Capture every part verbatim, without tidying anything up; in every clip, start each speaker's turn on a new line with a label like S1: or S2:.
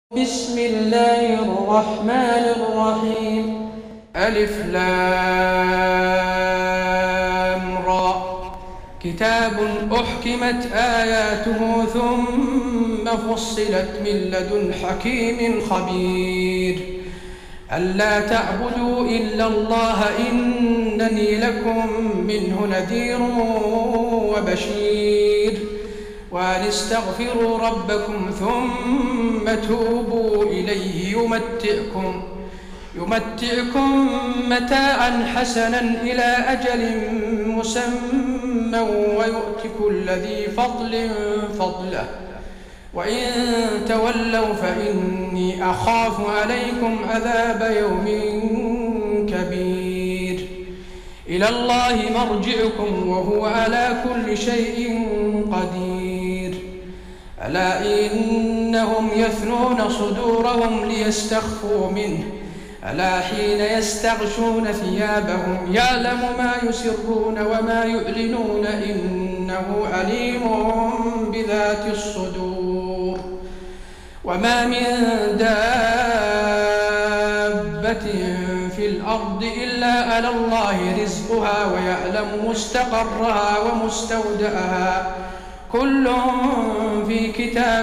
S1: بسم الله الرحمن الرحيم. ألف لام را. كتاب أحكمت آياته ثم فصلت من لدن حكيم خبير. ألا تعبدوا إلا الله إنني لكم منه نذير وبشير. وأن استغفروا ربكم ثم توبوا إليه يمتعكم يمتعكم متاعا حسنا إلى أجل مسمى ويؤت كل ذي فضل فضله. وإن تولوا فإني أخاف عليكم عذاب يوم كبير. إلى الله مرجعكم وهو على كل شيء قدير. ألا إنهم يثنون صدورهم ليستخفوا منه ألا حين يستغشون ثيابهم يعلم ما يسرون وما يعلنون إنه عليم بذات الصدور. وما من دابة في الأرض إلا على الله رزقها ويعلم مستقرها ومستودعها كل في كتاب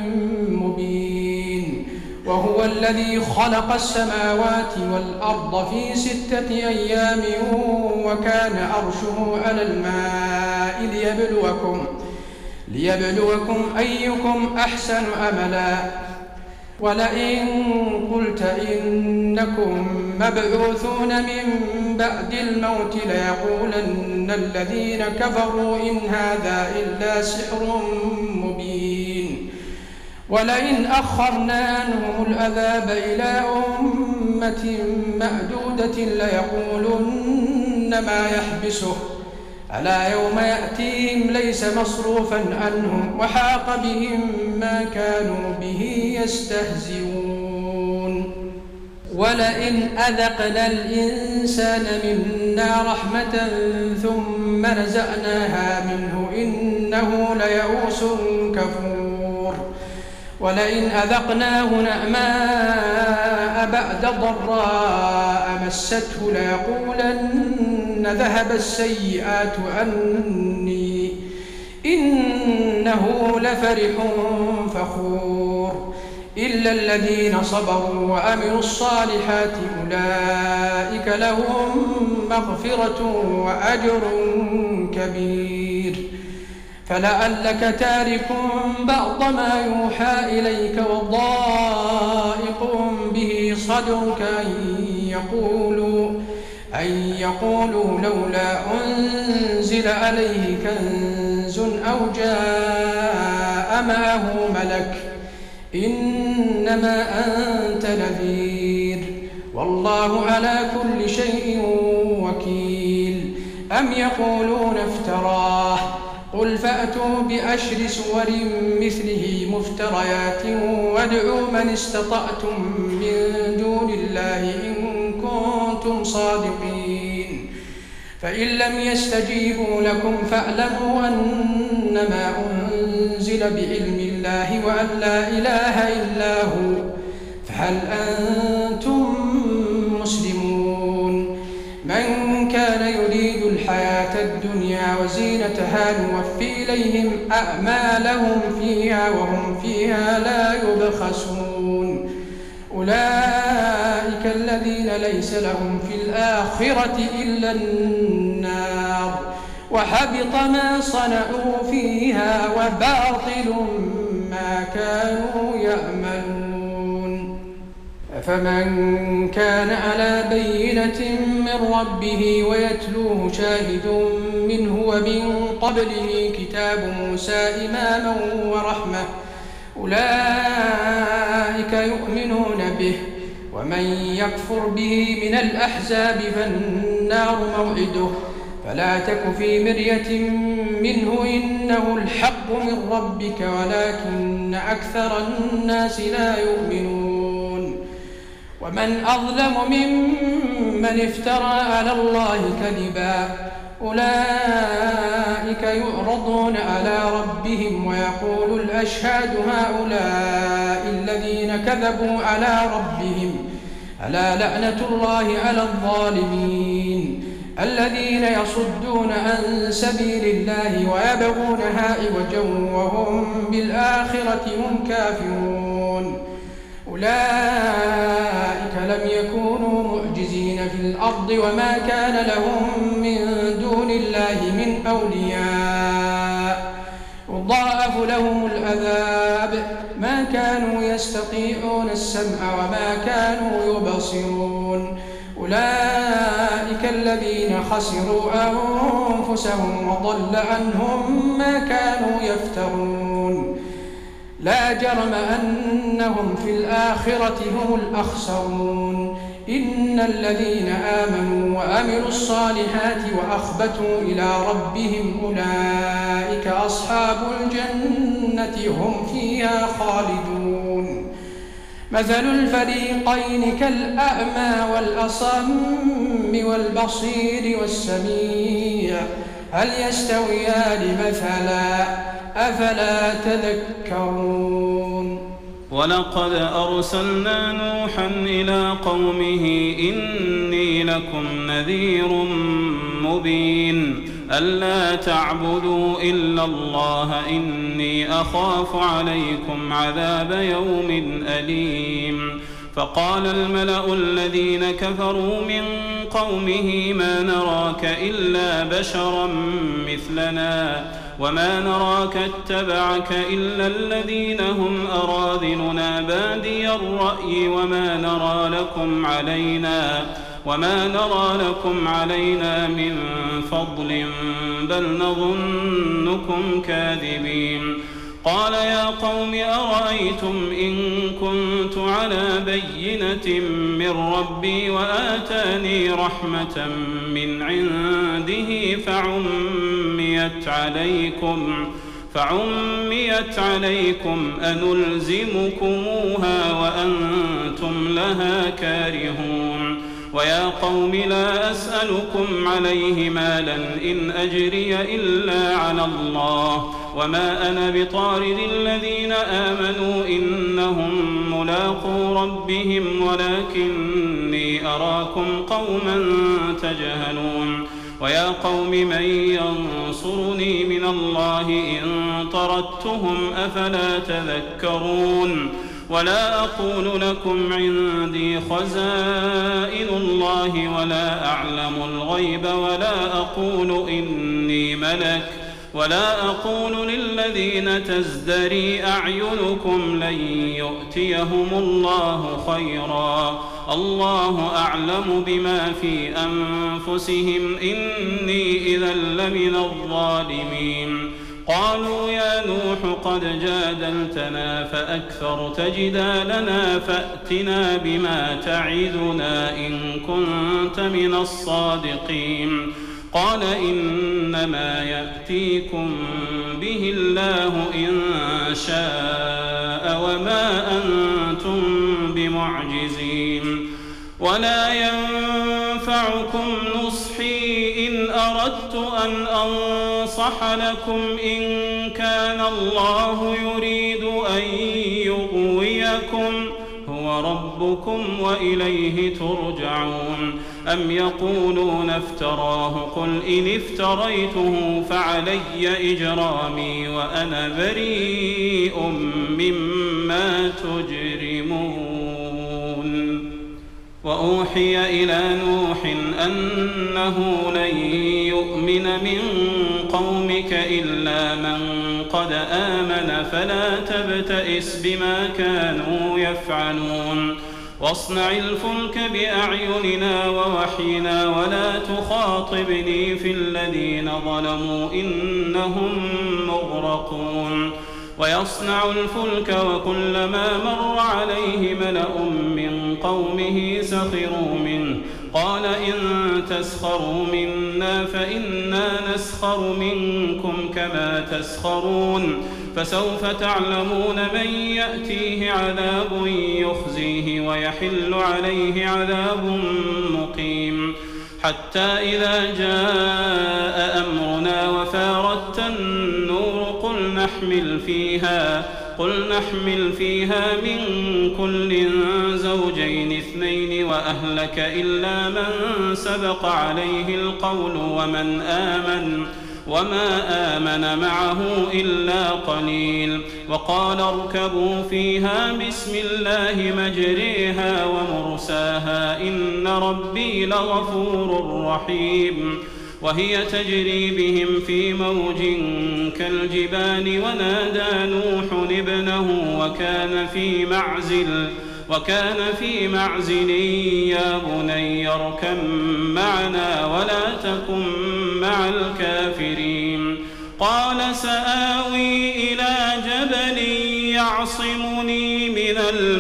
S1: مبين. وهو الذي خلق السماوات والأرض في ستة أيام وكان عرشه على الماء ليبلوكم ليبلوكم أيكم أحسن عملا. ولئن قلت إنكم مبعوثون من بعد الموت ليقولن الذين كفروا إن هذا إلا سحر مبين. ولئن أخرنا عنهم العذاب إلى أمة معدودة ليقولن ما يحبسه ألا يوم يأتيهم ليس مصروفا عنهم وحاق بهم ما كانوا به يستهزئون. ولئن أذقنا الإنسان منا رحمة ثم نزعناها منه إنه ليئوس كفور. ولئن أذقناه نعماء بعد ضراء مسته ليقولن ذهب السيئات عني إنه لفرح فخور. إلا الذين صبروا وعملوا الصالحات أولئك لهم مغفرة وأجر كبير. فلعلك تارك بعض ما يوحى إليك وضائق به صدرك أن يقولوا, أن يقولوا لولا أنزل عليه كنز أو جاء معه ملك إنما أنت نذير والله على كل شيء وكيل. أم يقولون افتراه قل فأتوا بعشر سور مثله مفتريات وادعوا من استطعتم من دون الله إن كنتم صادقين. فإن لم يستجيبوا لكم فاعلموا أنما أنزل بعلم الله وأن لا إله إلا هو فهل أنتم مسلمون. من كان يريد الحياة الدنيا وزينتها نوفي إليهم أعمالهم فيها وهم فيها لا يبخسون. أولئك الذين ليس لهم في الآخرة إلا النار وحبط ما صنعوا فيها وباطل ما كانوا يعملون. فمن كان على بينة من ربه ويتلوه شاهد منه ومن قبله كتاب موسى إماما ورحمة أولئك يؤمنون به. ومن يكفر به من الأحزاب فالنار موعده فلا تك في مرية منه إنه الحق من ربك ولكن أكثر الناس لا يؤمنون. ومن أظلم ممن افترى على الله كذبا أولئك يعرضون على ربهم ويقول الأشهاد هؤلاء الذين كذبوا على ربهم ألا لعنة الله على الظالمين الذين يصدون عن سبيل الله ويبغونها عوجا وهم بالآخرة هم كافرون أولئك لم يكونوا معجزين في الأرض وما كان لهم من دون الله من أولياء يضاعف لهم العذاب ما كانوا يستطيعون السمع وما كانوا يبصرون أولئك الذين خسروا أنفسهم وضل عنهم ما كانوا يفترون لا جرم أنهم في الآخرة هم الأخسرون إن الذين آمنوا وعملوا الصالحات وأخبتوا إلى ربهم أولئك أصحاب الجنة هم فيها خالدون مثل الفريقين كالأعمى والأصم والبصير والسميع هل يستويان مثلا أفلا تذكرون
S2: ولقد أرسلنا نوحا إلى قومه إني لكم نذير مبين ألا تعبدوا إلا الله إني أخاف عليكم عذاب يوم أليم فقال الملأ الذين كفروا من قومه ما نراك إلا بشرا مثلنا وما نراك اتبعك إلا الذين هم أراذلنا بادي الرأي وما نرى لكم علينا وما نرى لكم علينا من فضل بل نظنكم كاذبين قال يا قوم أرأيتم إن كنت على بينة من ربي وآتاني رحمة من عنده فعميت عليكم فعميت عليكم أنلزمكموها وأنتم لها كارهون ويا قوم لا أسألكم عليه مالا إن أجري إلا على الله وما أنا بطارد الذين آمنوا إنهم ملاقو ربهم ولكني أراكم قوما تجهلون ويا قوم من ينصرني من الله إن طردتهم أفلا تذكرون ولا أقول لكم عندي خزائن الله ولا أعلم الغيب ولا أقول إني ملك ولا أقول للذين تزدري أعينكم لن يؤتيهم الله خيرا الله أعلم بما في أنفسهم إني إذا لمن الظالمين قالوا يا نوح قد جادلتنا فأكثرت جدالنا فأتنا بما تعدنا إن كنت من الصادقين قال إنما يأتيكم به الله إن شاء وما أنتم بمعجزين ولا ينفعكم نصحي إن أردت أن أنصح لكم إن كان الله يريد أن يغويكم هو ربكم وإليه ترجعون أم يقولون افتراه قل إن افتريته فعلي إجرامي وأنا بريء مما تجرمون وأوحي إلى نوح أنه لن يؤمن من قومك إلا من قد آمن فلا تبتئس بما كانوا يفعلون واصنع الفلك بأعيننا ووحينا ولا تخاطبني في الذين ظلموا إنهم مغرقون ويصنع الفلك وكلما مر عليه ملأ من قومه سخروا منه قال إن تسخروا منا فإنا نسخر منكم كما تسخرون فسوف تعلمون من يأتيه عذاب يخزيه ويحل عليه عذاب مقيم حتى إذا جاء أمرنا وفارت النور قل نحمل فيها قل نحمل فيها من كل زوجين اثنين وأهلك إلا من سبق عليه القول ومن آمن وما آمن معه إلا قليل وقال اركبوا فيها بسم الله مجريها ومرساها إن ربي لغفور رحيم وهي تجري بهم في موج كالجبال ونادى نوح ابنه وكان في معزل وكان في معزل يا بني اركب معنا ولا تكن مع الكافرين قال سآوي إلى جبل يعصمني من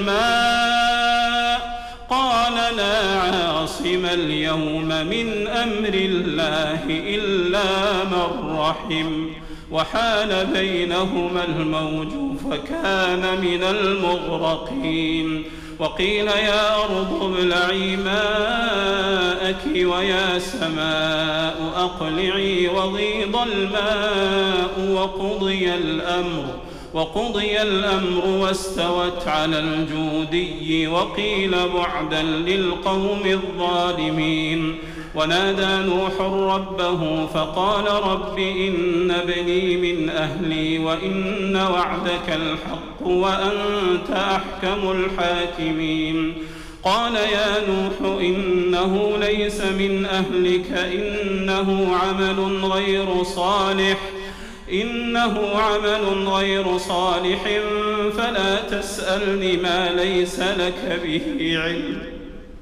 S2: الماء قال لا عاصم اليوم من أمر الله إلا من رحم وحال بينهما الموج فكان من المغرقين وقيل يا أرض ابلعي ماءك ويا سماء أقلعي وغيض الماء وقضي الأمر وقضي الأمر واستوت على الجودي وقيل بعدا للقوم الظالمين ونادى نوح ربه فقال رب إن ابني من أهلي وإن وعدك الحق وأنت أحكم الحاكمين قال يا نوح إنه ليس من أهلك إنه عمل غير صالح إنه عمل غير صالح فلا تسألني ما ليس لك به علم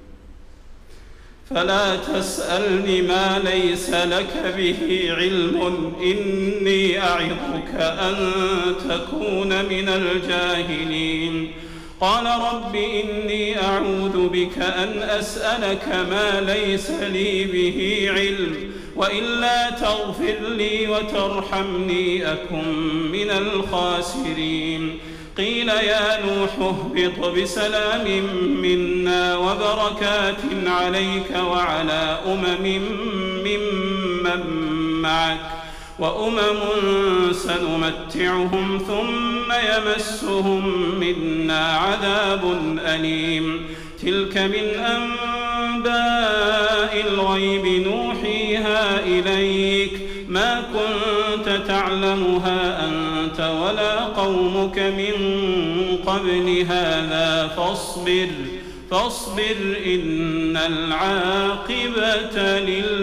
S2: فلا تسألني ما ليس لك به علم إني أعظك أن تكون من الجاهلين قال رب إني أعوذ بك أن أسألك ما ليس لي به علم وإلا تغفر لي وترحمني أكن من الخاسرين قيل يا نوح اهبط بسلام منا وبركات عليك وعلى أمم ممن معك وأمم سنمتعهم ثم يمسهم منا عذاب أليم تلك من أنباء الغيب نوحيها إليك ما كنت تعلمها أنت ولا قومك من قبل هذا فاصبر فاصبر إن العاقبة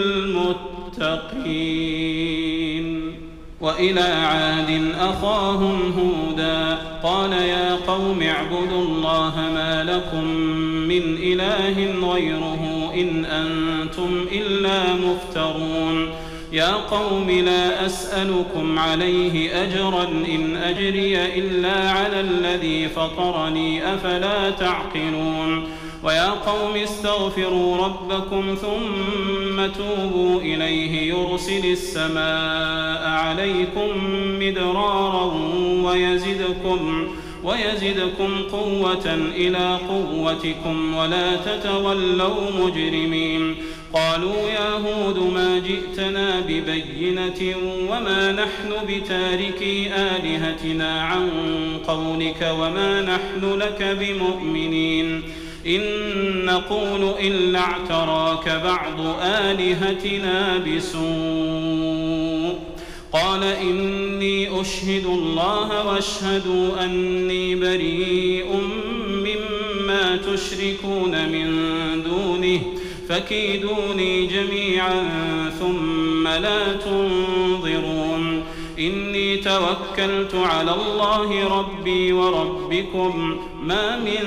S2: للمتقين وإلى عاد أخاهم هودا قال يا قوم اعبدوا الله ما لكم من إله غيره إن أنتم إلا مفترون يا قوم لا أسألكم عليه أجرا إن أجري إلا على الذي فطرني أفلا تعقلون ويا قوم استغفروا ربكم ثم توبوا إليه يرسل السماء عليكم مدرارا ويزدكم ويزدكم قوة إلى قوتكم ولا تتولوا مجرمين قالوا يا هود ما جئتنا ببينة وما نحن بتاركي آلهتنا عن قولك وما نحن لك بمؤمنين إن نقول إلا اعتراك بعض آلهتنا بسوء قال إني أشهد الله واشهدوا أني بريء مما تشركون من دونه فكيدوني جميعا ثم لا تنظرون إني توكلت على الله ربي وربكم ما من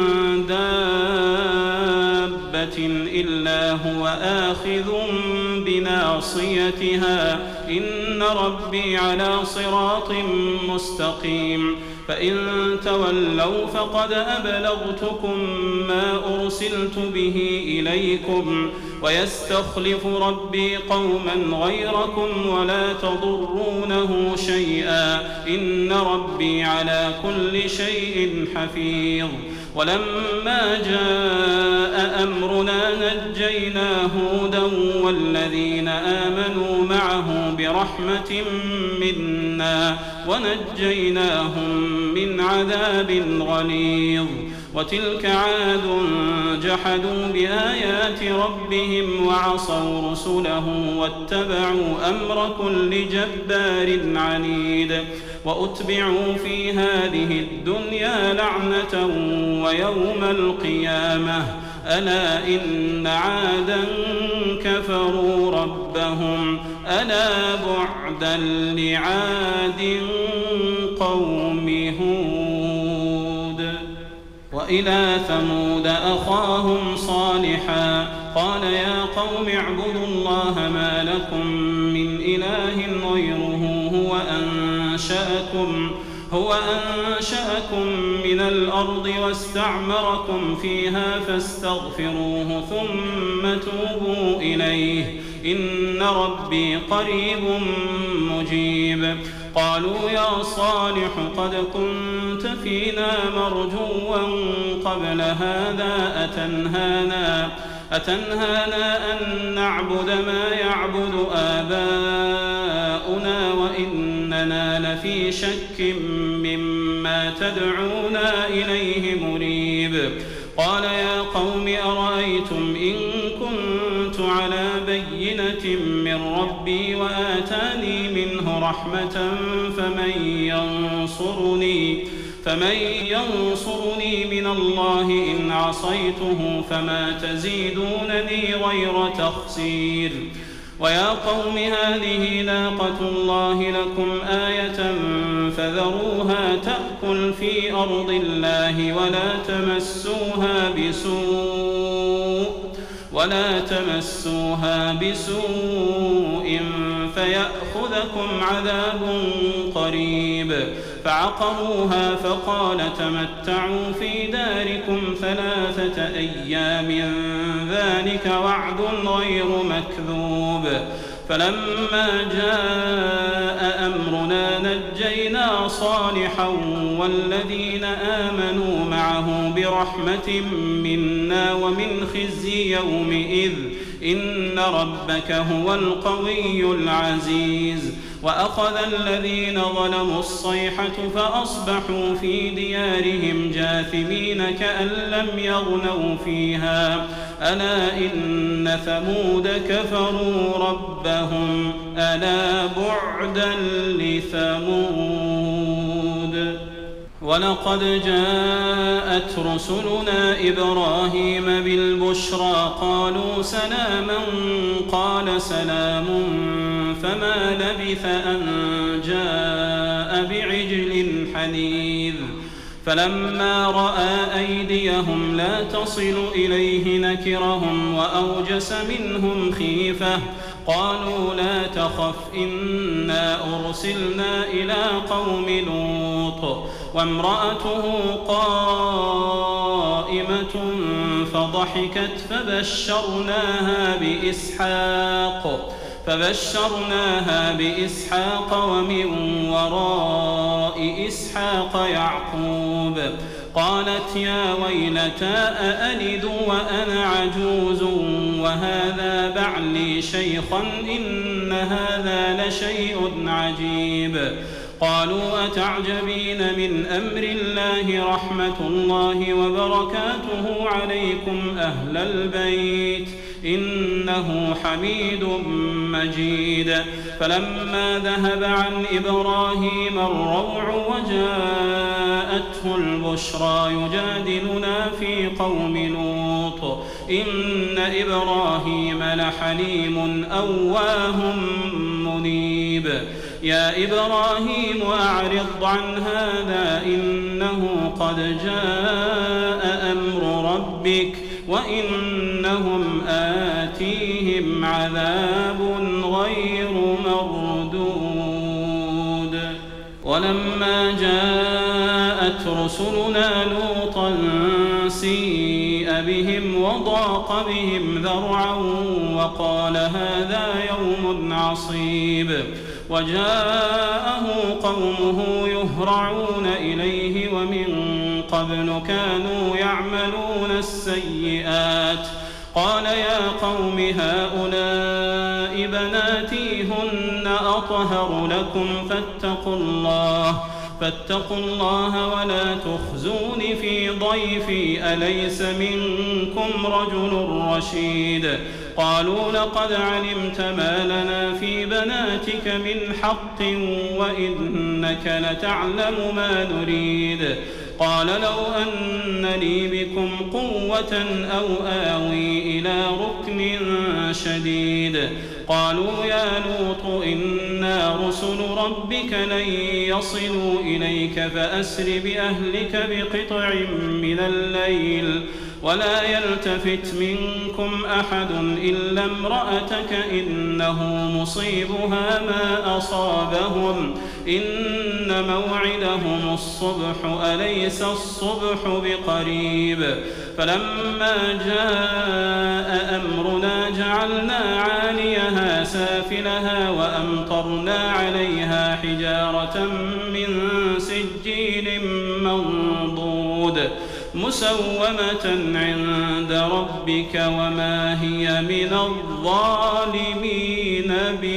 S2: دابة إلا هو آخذ بناصيتها إن ربي على صراط مستقيم فإن تولوا فقد أبلغتكم ما أرسلت به إليكم ويستخلف ربي قوما غيركم ولا تضرونه شيئا إن ربي على كل شيء حفيظ ولما جاء جاء أمرنا نجينا هودا والذين آمنوا معه برحمة منا ونجيناهم من عذاب غليظ وتلك عاد جحدوا بآيات ربهم وعصوا رسله واتبعوا أمر كل جبار عنيد وأتبعوا في هذه الدنيا لعنة ويوم القيامة ألا إن عادا كفروا ربهم ألا بعدا لعاد قوم هود. وإلى ثمود أخاهم صالحا قال يا قوم اعبدوا الله ما لكم من إله غيره هو أنشأكم هو أنشأكم من الأرض واستعمركم فيها فاستغفروه ثم توبوا إليه إن ربي قريب مجيب. قالوا يا صالح قد كنت فينا مرجوا قبل هذا أتنهانا أتنهانا أن نعبد ما يعبد آباؤنا وإننا لفي شك مما تدعونا إليه مريب. قال يا قوم أرأيتم إن كنت على بينة من ربي وآتاني منه رحمة فمن ينصرني فمن ينصرني من الله إن عصيته فما تزيدونني غير تخسير. ويا قوم هذه ناقة الله لكم آية فذروها تأكل في أرض الله ولا تمسوها بسوء ولا تمسوها بسوء فيأخذكم عذاب قريب. فعقروها فقال تمتعوا في داركم ثلاثة أيام ذلك وعد غير مكذوب. فلما جاء أمرنا نجينا صالحا والذين آمنوا معه برحمة منا ومن خزي يومئذ إن ربك هو القوي العزيز. وأخذ الذين ظلموا الصيحة فأصبحوا في ديارهم جاثمين كأن لم يغنوا فيها ألا إن ثمود كفروا ربهم ألا بعدا لثمود. ولقد جاءت رسلنا إبراهيم بالبشرى قالوا سلاما قال سلام فما لبث أن جاء بعجل حنيذ. فلما رأى أيديهم لا تصل إليه نكرهم وأوجس منهم خيفة قالوا لا تخف إنا أرسلنا إلى قوم لوط وامرأته قائمة فضحكت فبشرناها بإسحاق فبشرناها بإسحاق ومن وراء إسحاق يعقوب. قالت يا ويلتى أألد وأنا عجوز وهذا بعلي شيخا إن هذا لشيء عجيب. قالوا أتعجبين من أمر الله رحمة الله وبركاته عليكم أهل البيت إنه حميد مجيد. فلما ذهب عن إبراهيم الروع وجاءته البشرى يجادلنا في قوم لوط إن إبراهيم لحليم أواه منيب. يا إبراهيم أعرض عن هذا إنه قد جاء أمر ربك وإنهم آتيهم عذاب غير مردود. ولما جاءت رسلنا لوطا سيء بهم وضاق بهم ذرعا وقال هذا يوم عصيب. وجاءه قومه يهرعون إليه ومن قبل كانوا يعملون السيئات قال يا قوم هؤلاء بناتي هن أطهر لكم فاتقوا الله فاتقوا الله ولا تخزون في ضيفي أليس منكم رجل رشيد قالوا لقد علمت ما لنا في بناتك من حق وإنك لتعلم ما نريد قال لو أن لي بكم قوة أو آوي إلى ركن شديد قالوا يا لوط إنا رسل ربك لن يصلوا إليك فأسر بأهلك بقطع من الليل ولا يلتفت منكم أحد إلا امرأتك إنه مصيبها ما أصابهم إن موعدهم الصبح أليس الصبح بقريب فلما جاء أمرنا جعلنا عاليها سافلها وأمطرنا عليها حجارة من سجيل منضود مسومة عند ربك وما هي من الظالمين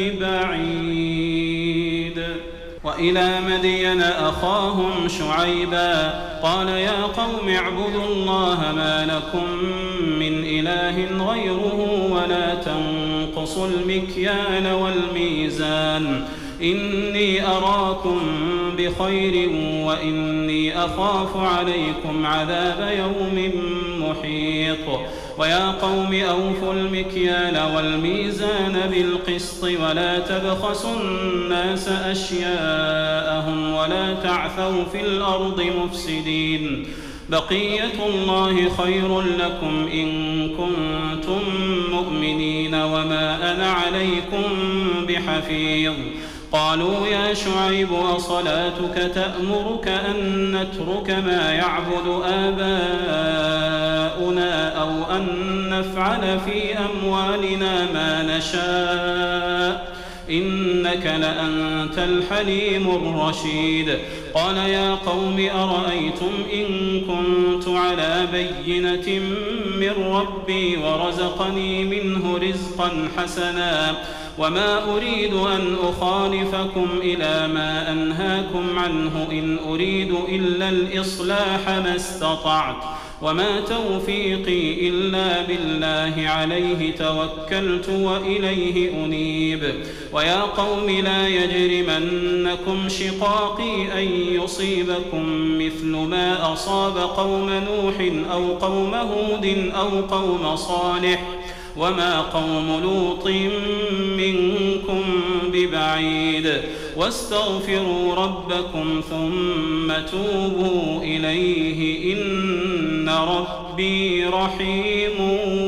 S2: ببعيد وإلى مدين أخاهم شعيبا قال يا قوم اعبدوا الله ما لكم من إله غيره ولا تنقصوا المكيال والميزان إني أراكم بخير وإني أخاف عليكم عذاب يوم محيط ويا قوم أوفوا المكيال والميزان بالقسط ولا تبخسوا الناس أشياءهم ولا تعثوا في الأرض مفسدين بقية الله خير لكم إن كنتم مؤمنين وما أنا عليكم بحفيظ قالوا يا شعيب أصلاتك تأمرك أن نترك ما يعبد آباؤنا أو أن نفعل في أموالنا ما نشاء إنك لأنت الحليم الرشيد قال يا قوم أرأيتم إن كنت على بينة من ربي ورزقني منه رزقا حسنا وما أريد أن أخالفكم إلى ما أنهاكم عنه إن أريد إلا الإصلاح ما استطعت وما توفيقي إلا بالله عليه توكلت وإليه أنيب ويا قوم لا يجرمنكم شقاقي أن يصيبكم مثل ما أصاب قوم نوح أو قوم هود أو قوم صالح وما قوم لوط منكم ببعيد واستغفروا ربكم ثم توبوا إليه إن ربي رحيم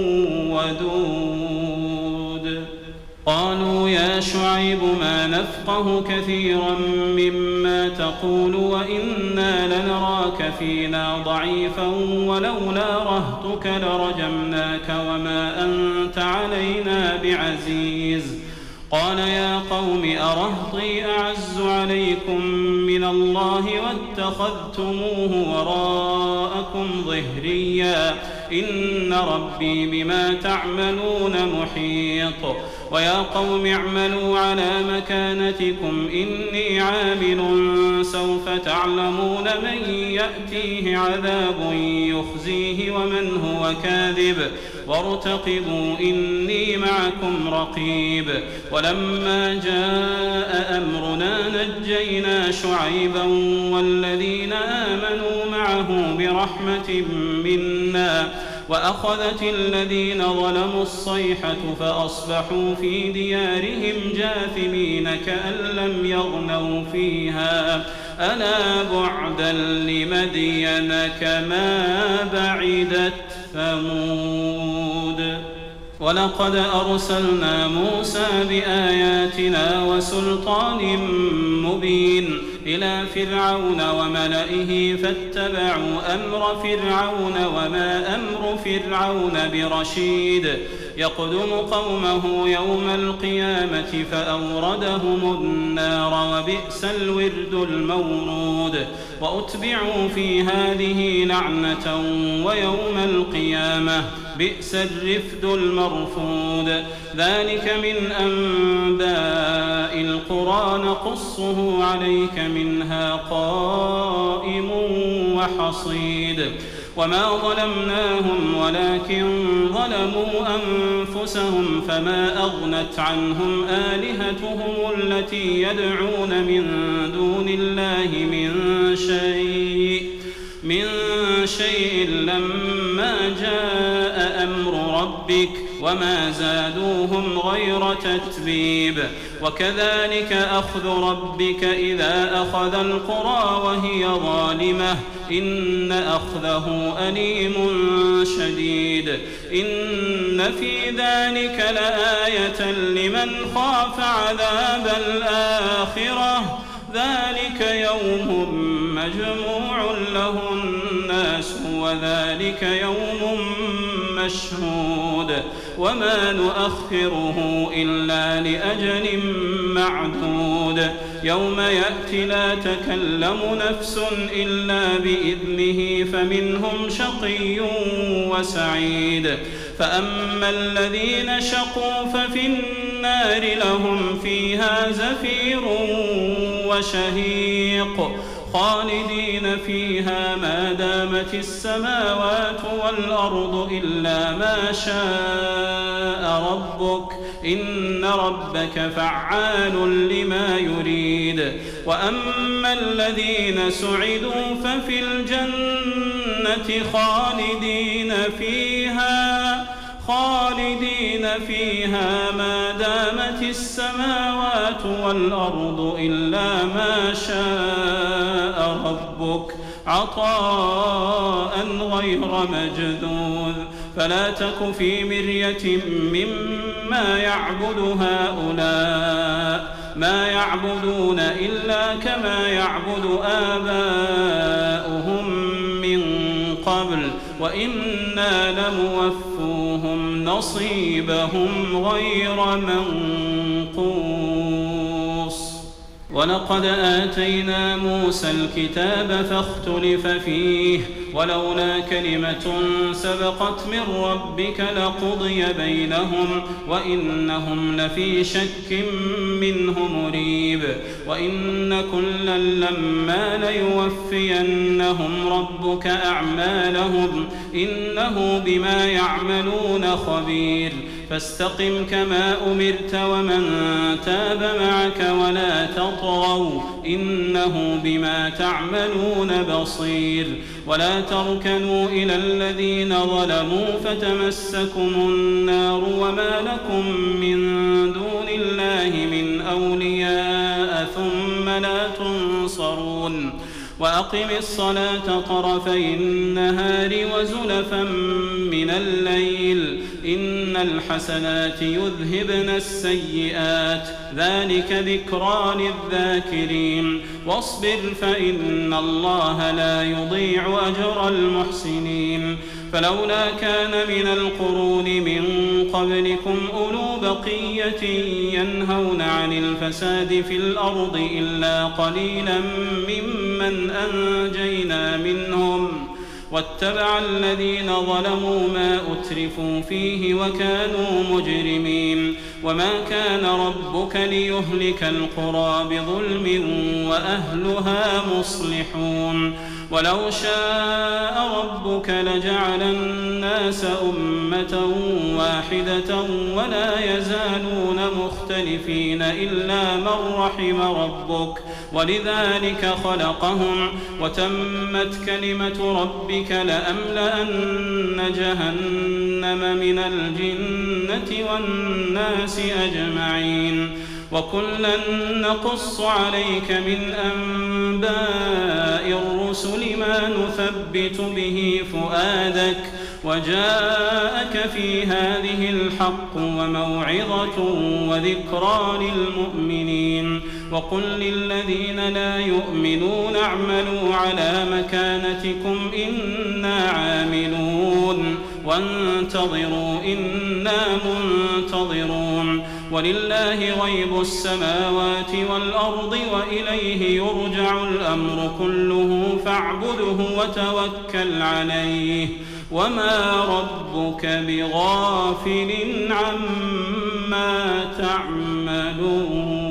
S2: ودود قالوا يا شعيب ما نفقه كثيرا مما تقول وإنا لنراك فينا ضعيفا ولولا رهطك لرجمناك وما أنت علينا بعزيز قال يا قوم أرهطي أعز عليكم من الله واتخذتموه وراءكم ظهريا إن ربي بما تعملون محيط ويا قوم اعملوا على مكانتكم إني عامل سوف تعلمون من يأتيه عذاب يخزيه ومن هو كاذب وارتقبوا إني معكم رقيب ولما جاء أمرنا نجينا شعيبا والذين آمنوا معه برحمة منا وأخذت الذين ظلموا الصيحة فأصبحوا في ديارهم جاثمين كأن لم يغنوا فيها ألا بعدا لمدين كما بعدت ثمود ولقد أرسلنا موسى بآياتنا وسلطان مبين إلى فرعون وملئه فاتبعوا أمر فرعون وما أمر فرعون برشيد يقدم قومه يوم القيامة فأوردهم النار وبئس الورد المورود وأتبعوا في هذه لعنة ويوم القيامة بئس الرفد المرفود ذلك من أنباء القرى نقصه عليك منها قائم وحصيد وما ظلمناهم ولكن ظلموا أنفسهم فما أغنت عنهم آلهتهم التي يدعون من دون الله من شيء من شيء لما جاء أمر ربك وما زادوهم غير تتبيب وكذلك أخذ ربك إذا أخذ القرى وهي ظالمة إن أخذه أليم شديد إن في ذلك لآية لمن خاف عذاب الآخرة ذلك يوم مجموع له الناس وذلك يوم مشهود وما نؤخره إلا لأجل معدود يوم يأتي لا تكلم نفس إلا بإذنه فمنهم شقي وسعيد فأما الذين شقوا ففي النار لهم فيها زفير وشهيق خالدين فيها ما دامت السماوات والأرض إلا ما شاء ربك إن ربك فعال لما يريد وأما الذين سعدوا ففي الجنة خالدين فيها خالدين فيها ما دامت السماوات والأرض إلا ما شاء ربك عطاء غير مجذوذ فلا تك في مرية مما يعبد هؤلاء ما يعبدون إلا كما يعبد آباؤهم من قبل وإنا لموفوهم نصيبهم غير منقوص ولقد آتينا موسى الكتاب فاختلف فيه ولولا كلمة سبقت من ربك لقضي بينهم وإنهم لفي شك منه مريب وإن كلا لما ليوفينهم ربك أعمالهم إنه بما يعملون خبير فاستقم كما أمرت ومن تاب معك ولا تطغوا إنه بما تعملون بصير ولا تركنوا إلى الذين ظلموا فتمسكم النار وما لكم من دون الله من أولياء ثم لا تنصرون وأقم الصلاة طرفي النهار وزلفا من الليل إن الحسنات يذهبن السيئات ذلك ذكرى للذاكرين واصبر فإن الله لا يضيع أجر المحسنين فلولا كان من القرون من قبلكم أولو بقية ينهون عن الفساد في الأرض إلا قليلا ممن أنجينا منهم واتبع الذين ظلموا ما أترفوا فيه وكانوا مجرمين وما كان ربك ليهلك القرى بظلم وأهلها مصلحون ولو شاء ربك لجعل الناس أمة واحدة ولا يزالون مختلفين إلا من رحم ربك ولذلك خلقهم وتمت كلمة ربك لأملأن جهنم من الجنة والناس أجمعين وكلا نقص عليك من أنباء الرسل ما نثبت به فؤادك وجاءك في هذه الحق وموعظة وذكرى للمؤمنين وقل للذين لا يؤمنون اعملوا على مكانتكم إنا عاملون وانتظروا إنا منتظرون ولله غيب السماوات والأرض وإليه يرجع الأمر كله فاعبده وتوكل عليه وما ربك بغافل عما تعملون.